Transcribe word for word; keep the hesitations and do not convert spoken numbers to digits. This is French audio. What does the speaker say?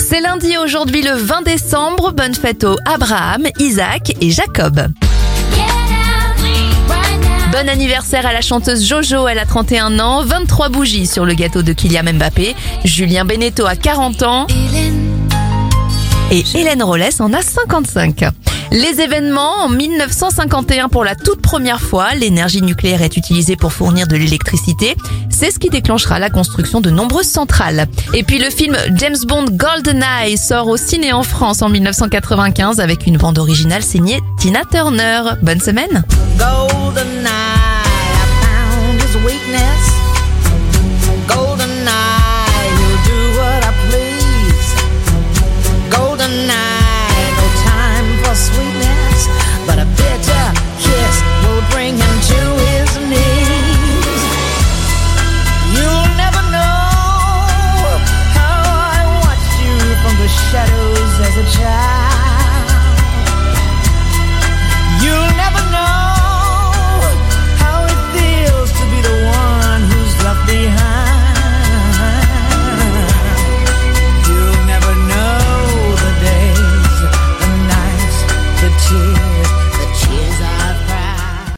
C'est lundi aujourd'hui le vingt décembre. Bonne fête aux Abraham, Isaac et Jacob. Bon anniversaire à la chanteuse Jojo, elle a trente et un ans, vingt-trois bougies sur le gâteau de Kylian Mbappé. Julien Beneteau a quarante ans et Hélène Rollès en a cinquante-cinq. Les événements, en mille neuf cent cinquante et un, pour la toute première fois, l'énergie nucléaire est utilisée pour fournir de l'électricité. C'est ce qui déclenchera la construction de nombreuses centrales. Et puis le film James Bond GoldenEye sort au ciné en France en mille neuf cent quatre-vingt-quinze avec une bande originale signée Tina Turner. Bonne semaine. GoldenEye.